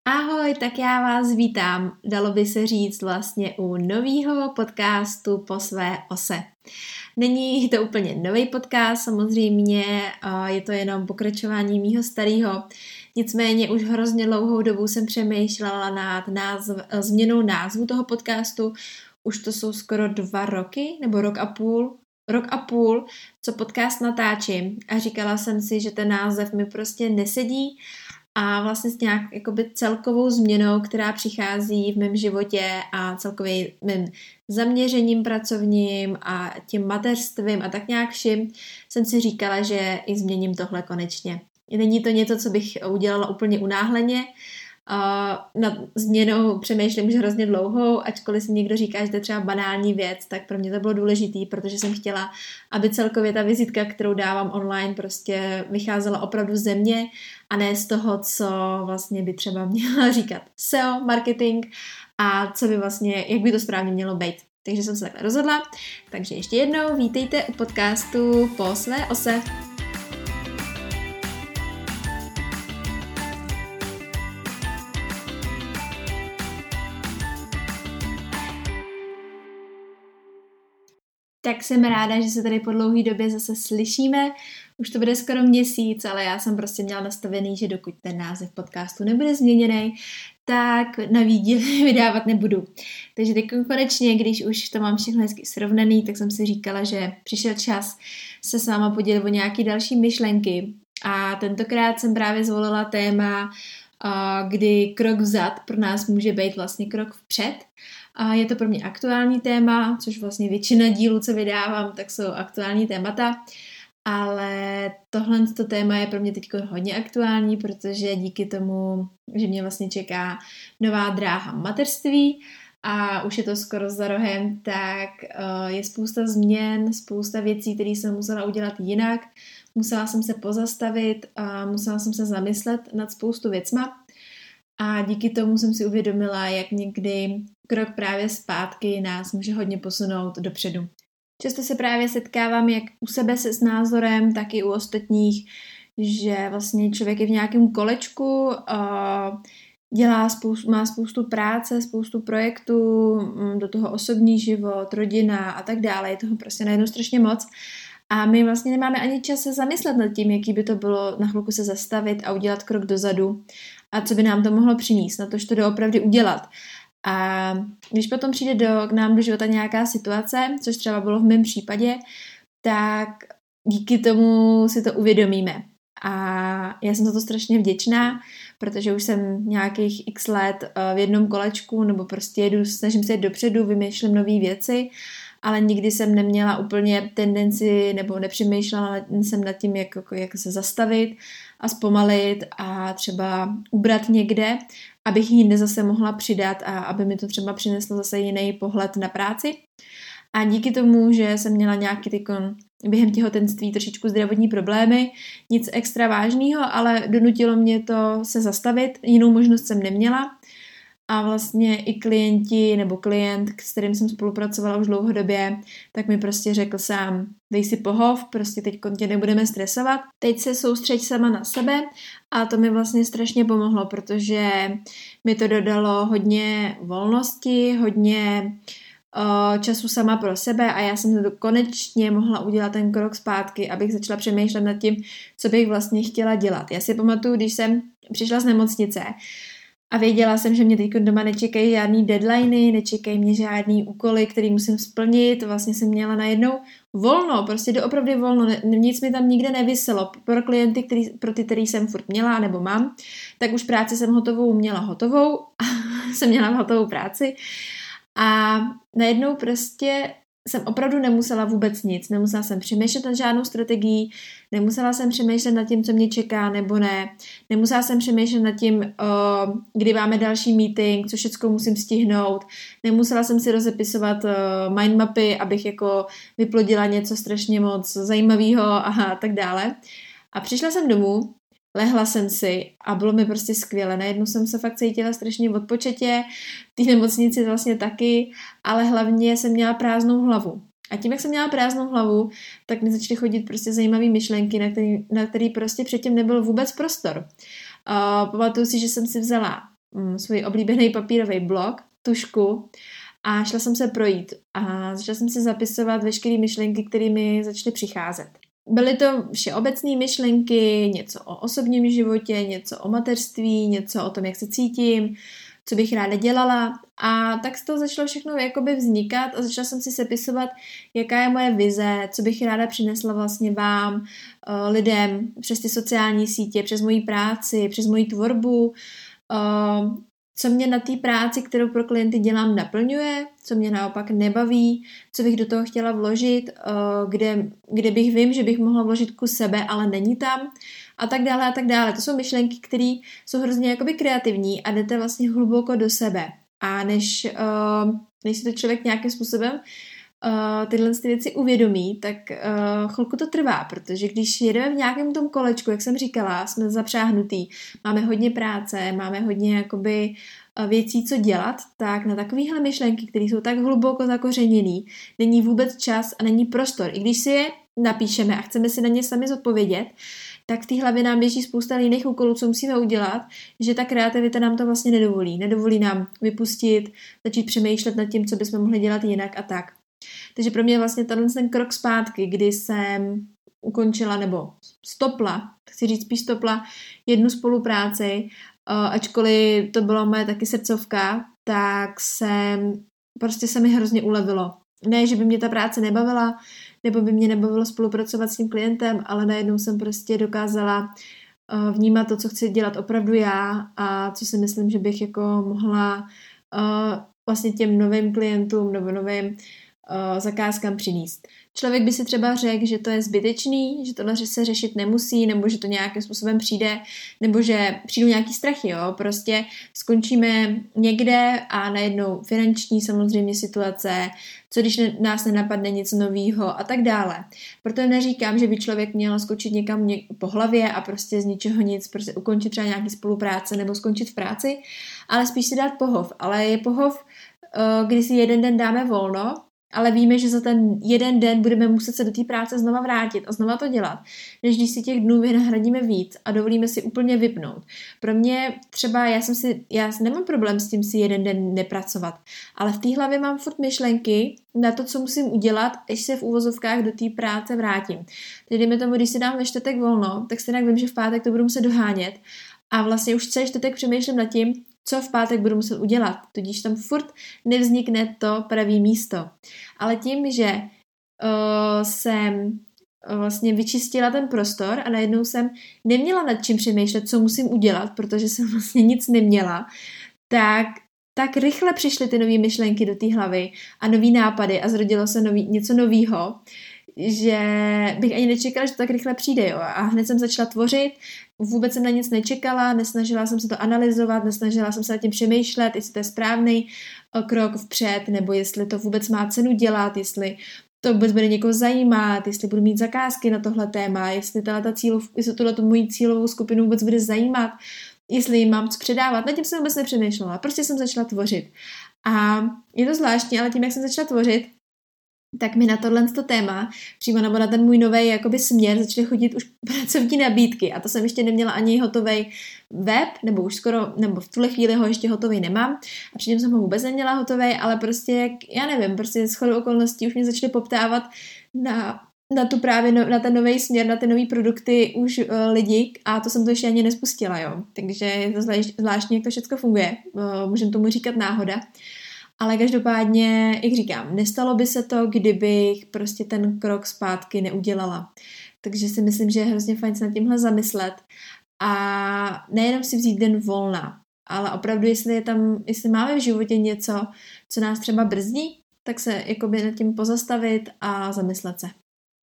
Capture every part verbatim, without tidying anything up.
Ahoj, tak já vás vítám, dalo by se říct vlastně u nového podcastu Po své ose. Není to úplně nový podcast, samozřejmě je to jenom pokračování mýho starého, nicméně už hrozně dlouhou dobu jsem přemýšlela nad názv, změnou názvu toho podcastu, už to jsou skoro dva roky, nebo rok a půl, rok a půl, co podcast natáčím a říkala jsem si, že ten název mi prostě nesedí a vlastně s nějak jakoby celkovou změnou, která přichází v mém životě a celkově mým zaměřením pracovním a tím mateřstvím a tak nějak všim, jsem si říkala, že i změním tohle konečně. Není to něco, co bych udělala úplně unáhleně, Uh, nad změnou přemýšlím už hrozně dlouhou, ačkoliv si někdo říká, že to je třeba banální věc, tak pro mě to bylo důležitý, protože jsem chtěla, aby celkově ta vizitka, kterou dávám online, prostě vycházela opravdu ze mě a ne z toho, co vlastně by třeba měla říkat S E O, marketing a co by vlastně, jak by to správně mělo být. Takže jsem se takhle rozhodla. Takže ještě jednou vítejte u podcastu Po své ose. Tak jsem ráda, že se tady po dlouhé době zase slyšíme. Už to bude skoro měsíc, ale já jsem prostě měla nastavený, že dokud ten název podcastu nebude změněný, tak na díly vydávat nebudu. Takže teď konečně, když už to mám všechno hezky srovnaný, tak jsem si říkala, že přišel čas se s váma podělit o nějaké další myšlenky. A tentokrát jsem právě zvolila téma, kdy krok vzad pro nás může být vlastně krok vpřed. A je to pro mě aktuální téma, což vlastně většina dílů, co vydávám, tak jsou aktuální témata, ale tohle to téma je pro mě teď hodně aktuální, protože díky tomu, že mě vlastně čeká nová dráha mateřství a už je to skoro za rohem, tak je spousta změn, spousta věcí, které jsem musela udělat jinak, musela jsem se pozastavit a musela jsem se zamyslet nad spoustu věcma. A díky tomu jsem si uvědomila, jak někdy krok právě zpátky nás může hodně posunout dopředu. Často se právě setkávám jak u sebe se s názorem, tak i u ostatních, že vlastně člověk je v nějakém kolečku, dělá spoustu, má spoustu práce, spoustu projektů, do toho osobní život, rodina a tak dále. Je toho prostě najednou strašně moc. A my vlastně nemáme ani čas se zamyslet nad tím, jaký by to bylo na chvilku se zastavit a udělat krok dozadu a co by nám to mohlo přinést, na to, že to doopravdy udělat. A když potom přijde do, k nám do života nějaká situace, což třeba bylo v mém případě, tak díky tomu si to uvědomíme. A já jsem za to strašně vděčná, protože už jsem nějakých x let v jednom kolečku, nebo prostě jedu, snažím se jít dopředu, vymýšlím nové věci, ale nikdy jsem neměla úplně tendenci nebo nepřemýšlela jsem nad tím, jak, jak se zastavit a zpomalit a třeba ubrat někde, abych jinde zase mohla přidat a aby mi to třeba přineslo zase jiný pohled na práci. A díky tomu, že jsem měla nějaký tykon během těhotenství trošičku zdravotní problémy, nic extra vážného, ale donutilo mě to se zastavit, jinou možnost jsem neměla. A vlastně i klienti nebo klient, s kterým jsem spolupracovala už dlouhodobě, tak mi prostě řekl sám, dej si pohov, prostě teď tě nebudeme stresovat, teď se soustřeď sama na sebe a to mi vlastně strašně pomohlo, protože mi to dodalo hodně volnosti, hodně o, času sama pro sebe a já jsem to konečně mohla udělat ten krok zpátky, abych začala přemýšlet nad tím, co bych vlastně chtěla dělat. Já si pamatuju, když jsem přišla z nemocnice, a věděla jsem, že mě teď doma nečekají žádný deadliny, nečekají mě žádný úkoly, který musím splnit. Vlastně jsem měla najednou volno, prostě doopravdy volno. Nic mi tam nikde nevyselo. Pro klienty, který, pro ty, který jsem furt měla nebo mám, tak už práci jsem hotovou měla hotovou. jsem měla hotovou práci. A najednou prostě jsem opravdu nemusela vůbec nic. Nemusela jsem přemýšlet nad žádnou strategií, nemusela jsem přemýšlet nad tím, co mě čeká nebo ne. Nemusela jsem přemýšlet nad tím, kdy máme další meeting, co všechno musím stihnout. Nemusela jsem si rozepisovat mindmapy, abych jako vyplodila něco strašně moc zajímavého a tak dále. A přišla jsem domů, lehla jsem si a bylo mi prostě skvěle. Najednou jsem se fakt cítila strašně odpočetě, v té nemocnici vlastně taky, ale hlavně jsem měla prázdnou hlavu. A tím, jak jsem měla prázdnou hlavu, tak mi začaly chodit prostě zajímavé myšlenky, na který, na který prostě předtím nebyl vůbec prostor. Uh, pamatuju si, že jsem si vzala um, svůj oblíbený papírový blok, tužku a šla jsem se projít a začala jsem si zapisovat veškeré myšlenky, které mi začaly přicházet. Byly to všeobecné myšlenky, něco o osobním životě, něco o mateřství, něco o tom, jak se cítím, co bych ráda dělala a tak z toho začalo všechno jakoby vznikat a začala jsem si sepisovat, jaká je moje vize, co bych ráda přinesla vlastně vám, lidem, přes ty sociální sítě, přes moji práci, přes moji tvorbu, co mě na té práci, kterou pro klienty dělám, naplňuje, co mě naopak nebaví, co bych do toho chtěla vložit, kde, kde bych vím, že bych mohla vložit kus sebe, ale není tam a tak dále a tak dále. To jsou myšlenky, které jsou hrozně jakoby kreativní a jdete vlastně hluboko do sebe. A než, než si to člověk nějakým způsobem Uh, tyhle ty věci uvědomí, tak uh, chvilku to trvá, protože když jedeme v nějakém tom kolečku, jak jsem říkala, jsme zapřáhnutý, máme hodně práce, máme hodně jakoby uh, věcí, co dělat, tak na takovéhle myšlenky, které jsou tak hluboko zakořeněný, není vůbec čas a není prostor. I když si je napíšeme a chceme si na ně sami zodpovědět, tak v té hlavě nám běží spousta jiných úkolů, co musíme udělat, že ta kreativita nám to vlastně nedovolí. Nedovolí nám vypustit, začít přemýšlet nad tím, co bychom mohli dělat jinak a tak. Takže pro mě vlastně ten krok zpátky, kdy jsem ukončila nebo stopla, chci říct spíš stopla jednu spolupráci, ačkoliv to byla moje taky srdcovka, tak jsem, prostě se mi hrozně ulevilo. Ne, že by mě ta práce nebavila, nebo by mě nebavilo spolupracovat s tím klientem, ale najednou jsem prostě dokázala vnímat to, co chci dělat opravdu já a co si myslím, že bych jako mohla vlastně těm novým klientům nebo novým zakázkám přinést. Člověk by si třeba řekl, že to je zbytečný, že tohle se řešit nemusí, nebo že to nějakým způsobem přijde, nebo že přijdou nějaký strachy, jo. Prostě skončíme někde a najednou finanční samozřejmě situace, co když nás nenapadne něco novýho a tak dále. Proto neříkám, že by člověk měl skočit někam po hlavě a prostě z ničeho nic, prostě ukončit třeba nějaký spolupráce nebo skončit v práci, ale spíš si dát pohov. Ale je pohov, kdy si jeden den dáme volno, ale víme, že za ten jeden den budeme muset se do té práce znova vrátit a znova to dělat, než když si těch dnů vynahradíme víc a dovolíme si úplně vypnout. Pro mě třeba, já jsem si, já nemám problém s tím si jeden den nepracovat, ale v té hlavě mám furt myšlenky na to, co musím udělat, až se v úvozovkách do té práce vrátím. Tedy dejme tomu, když si dám ve čtvrtek volno, tak stejně vím, že v pátek to budu muset dohánět a vlastně už celý čtvrtek přemýšlím nad tím, co v pátek budu muset udělat, tudíž tam furt nevznikne to pravý místo. Ale tím, že uh, jsem vlastně vyčistila ten prostor a najednou jsem neměla nad čím přemýšlet, co musím udělat, protože jsem vlastně nic neměla, tak tak rychle přišly ty nové myšlenky do té hlavy a nový nápady a zrodilo se nový, něco novýho, že bych ani nečekala, že to tak rychle přijde. Jo. A hned jsem začala tvořit, vůbec jsem na nic nečekala, nesnažila jsem se to analyzovat, nesnažila jsem se nad tím přemýšlet, jestli to je správný krok vpřed, nebo jestli to vůbec má cenu dělat, jestli to vůbec bude někoho zajímat, jestli budu mít zakázky na tohle téma, jestli tato cílov, jestli tuhle moji cílovou skupinu vůbec bude zajímat, jestli jim mám co předávat. Nad tím jsem vůbec nepřemýšlela, prostě jsem začala tvořit. A je to zvláštní, ale tím, jak jsem začala tvořit, tak mi na tohle téma, přímo nebo na ten můj nový jakoby směr, začaly chodit už pracovní nabídky a to jsem ještě neměla ani hotový web, nebo už skoro, nebo v tuhle chvíli ho ještě hotový nemám a předtím jsem ho vůbec neměla hotový, ale prostě jak, já nevím, prostě shodou okolností už mě začaly poptávat na, na tu právě, no, na ten nový směr, na ty nový produkty už uh, lidi a to jsem to ještě ani nespustila, jo. Takže je to zvláštní, jak to všechno funguje, uh, můžeme tomu říkat náhoda. Ale každopádně, jak říkám, nestalo by se to, kdybych prostě ten krok zpátky neudělala. Takže si myslím, že je hrozně fajn se nad tímhle zamyslet a nejenom si vzít den volna, ale opravdu, jestli je tam, jestli máme v životě něco, co nás třeba brzdí, tak se jakoby nad tím pozastavit a zamyslet se.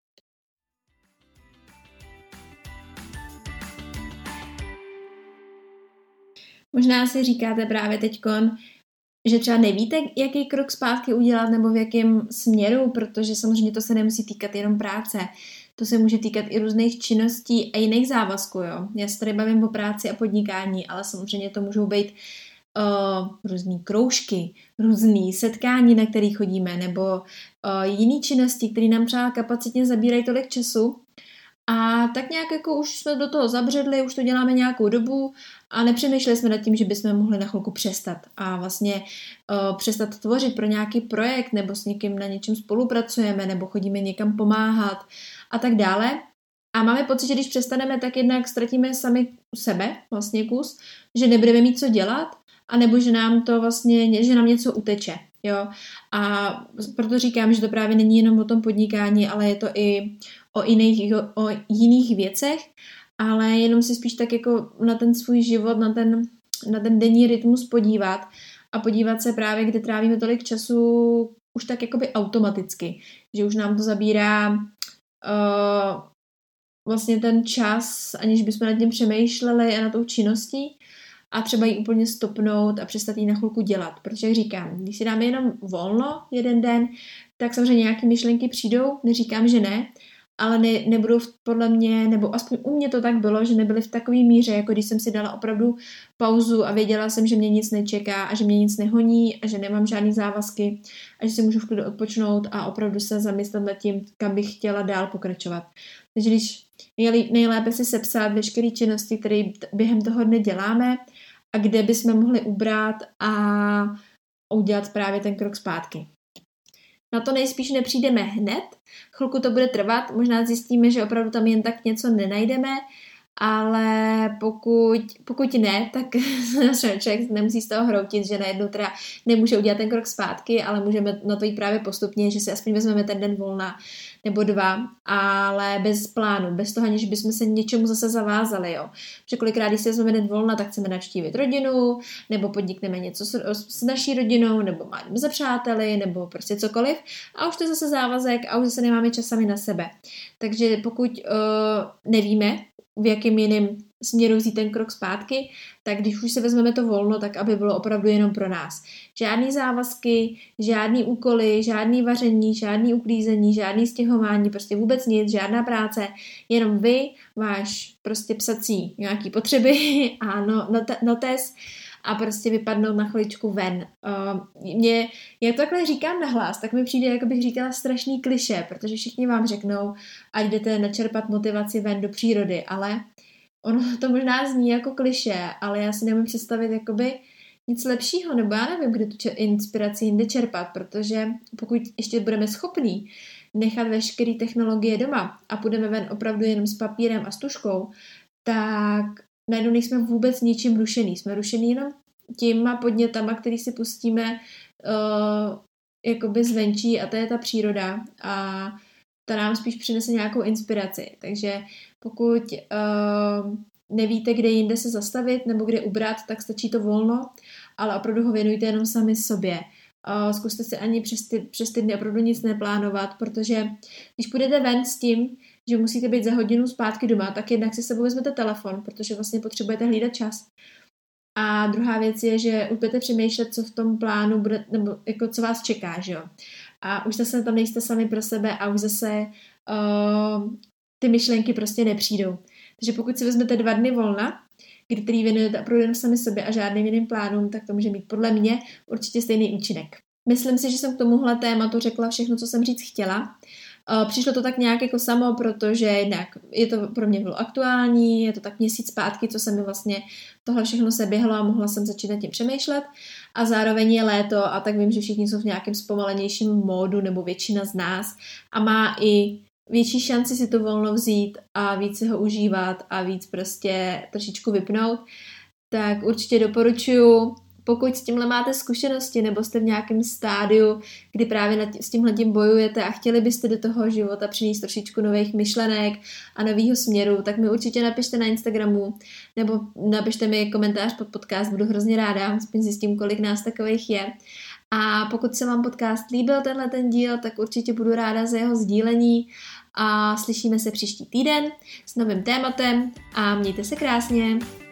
Možná si říkáte právě teďkon, že třeba nevíte, jaký krok zpátky udělat nebo v jakém směru, protože samozřejmě to se nemusí týkat jenom práce. To se může týkat i různých činností a jiných závazků. Jo. Já se tady bavím o práci a podnikání, ale samozřejmě to můžou být uh, různý kroužky, různý setkání, na které chodíme, nebo uh, jiné činnosti, které nám třeba kapacitně zabírají tolik času A tak nějak jako už jsme do toho zabředli, už to děláme nějakou dobu a nepřemýšleli jsme nad tím, že bychom mohli na chvilku přestat a vlastně uh, přestat tvořit pro nějaký projekt nebo s někým na něčem spolupracujeme nebo chodíme někam pomáhat a tak dále. A máme pocit, že když přestaneme, tak jednak ztratíme sami sebe, vlastně kus, že nebudeme mít co dělat, anebo že nám to vlastně, že nám něco uteče. Jo? A proto říkám, že to právě není jenom o tom podnikání, ale je to i o jiných, o jiných věcech, ale jenom si spíš tak jako na ten svůj život, na ten, na ten denní rytmus podívat a podívat se právě, kde trávíme tolik času už tak jakoby automaticky, že už nám to zabírá uh, vlastně ten čas, aniž bychom nad tím přemýšleli a na tou činností a třeba ji úplně stopnout a přestat ji na chvilku dělat. Protože jak říkám, když si dáme jenom volno jeden den, tak samozřejmě nějaké myšlenky přijdou, neříkám, že ne, ale ne, nebudou podle mě, nebo aspoň u mě to tak bylo, že nebyly v takové míře, jako když jsem si dala opravdu pauzu a věděla jsem, že mě nic nečeká a že mě nic nehoní a že nemám žádný závazky a že si můžu v klidu odpočnout a opravdu se zamyslet nad tím, kam bych chtěla dál pokračovat. Takže když nejlépe si sepsat veškeré činnosti, které během toho dne děláme a kde bychom mohli ubrat a udělat právě ten krok zpátky. Na to nejspíš nepřijdeme hned, chvilku to bude trvat, možná zjistíme, že opravdu tam jen tak něco nenajdeme, ale pokud, pokud ne, tak člověk nemusí z toho hroutit, že najednou teda nemůže udělat ten krok zpátky, ale můžeme na to jít právě postupně, že si aspoň vezmeme ten den volna nebo dva, ale bez plánu, bez toho, aniž bychom se něčemu zase zavázali, jo. Protože kolikrát, když si vezmeme den volna, tak chceme navštívit rodinu, nebo podnikneme něco s, s naší rodinou, nebo máme za přáteli, nebo prostě cokoliv a už to je zase závazek a už zase nemáme čas sami na sebe. Takže pokud uh, nevíme, v jakém jiném směru vzít ten krok zpátky, tak když už se vezmeme to volno, tak aby bylo opravdu jenom pro nás. Žádný závazky, žádný úkoly, žádný vaření, žádný uklízení, žádný stěhování, prostě vůbec nic, žádná práce, jenom vy, váš prostě psací nějaký potřeby a no, notes a prostě vypadnout na chviličku ven. Uh, mě, jak to takhle říkám nahlas, tak mi přijde, jako bych říkala, strašný klišé, protože všichni vám řeknou, ať jdete načerpat motivaci ven do přírody, ale ono to možná zní jako klišé, ale já si nemůžu představit jakoby nic lepšího, nebo já nevím, kde tu inspiraci jinde čerpat, protože pokud ještě budeme schopní nechat veškeré technologie doma a půjdeme ven opravdu jenom s papírem a s tužkou, tak najednou nejsme vůbec ničím rušený. Jsme rušený jenom těma podnětama, který si pustíme uh, jakoby zvenčí a to je ta příroda a ta nám spíš přinese nějakou inspiraci. Takže pokud uh, nevíte, kde jinde se zastavit nebo kde ubrat, tak stačí to volno, ale opravdu ho věnujte jenom sami sobě. Uh, zkuste si ani přes ty, přes ty dny opravdu nic neplánovat, protože když půjdete ven s tím, že musíte být za hodinu zpátky doma, tak jednak si s sebou vezmete telefon, protože vlastně potřebujete hlídat čas. A druhá věc je, že už budete přemýšlet, co v tom plánu bude, nebo jako co vás čeká, že jo. A už zase tam nejste sami pro sebe a už zase uh, ty myšlenky prostě nepřijdou. Takže pokud si vezmete dva dny volna, který věnujete opravdu jen sami sobě a žádným jiným plánům, tak to může mít podle mě určitě stejný účinek. Myslím si, že jsem k tomuhle tématu řekla všechno, co jsem říct chtěla. Přišlo to tak nějak jako samo, protože jednak je to pro mě bylo aktuální, je to tak měsíc zpátky, co se mi vlastně tohle všechno se běhlo a mohla jsem začít nad tím přemýšlet a zároveň je léto a tak vím, že všichni jsou v nějakém zpomalenějším módu nebo většina z nás a má i větší šanci si to volno vzít a víc si ho užívat a víc prostě trošičku vypnout, tak určitě doporučuji. Pokud s tímhle máte zkušenosti nebo jste v nějakém stádiu, kdy právě s tímhletím bojujete a chtěli byste do toho života přinést trošičku nových myšlenek a novýho směru, tak mi určitě napište na Instagramu nebo napište mi komentář pod podcast, budu hrozně ráda, aspoň zjistím, kolik nás takových je. A pokud se vám podcast líbil tenhle ten díl, tak určitě budu ráda za jeho sdílení a slyšíme se příští týden s novým tématem a mějte se krásně.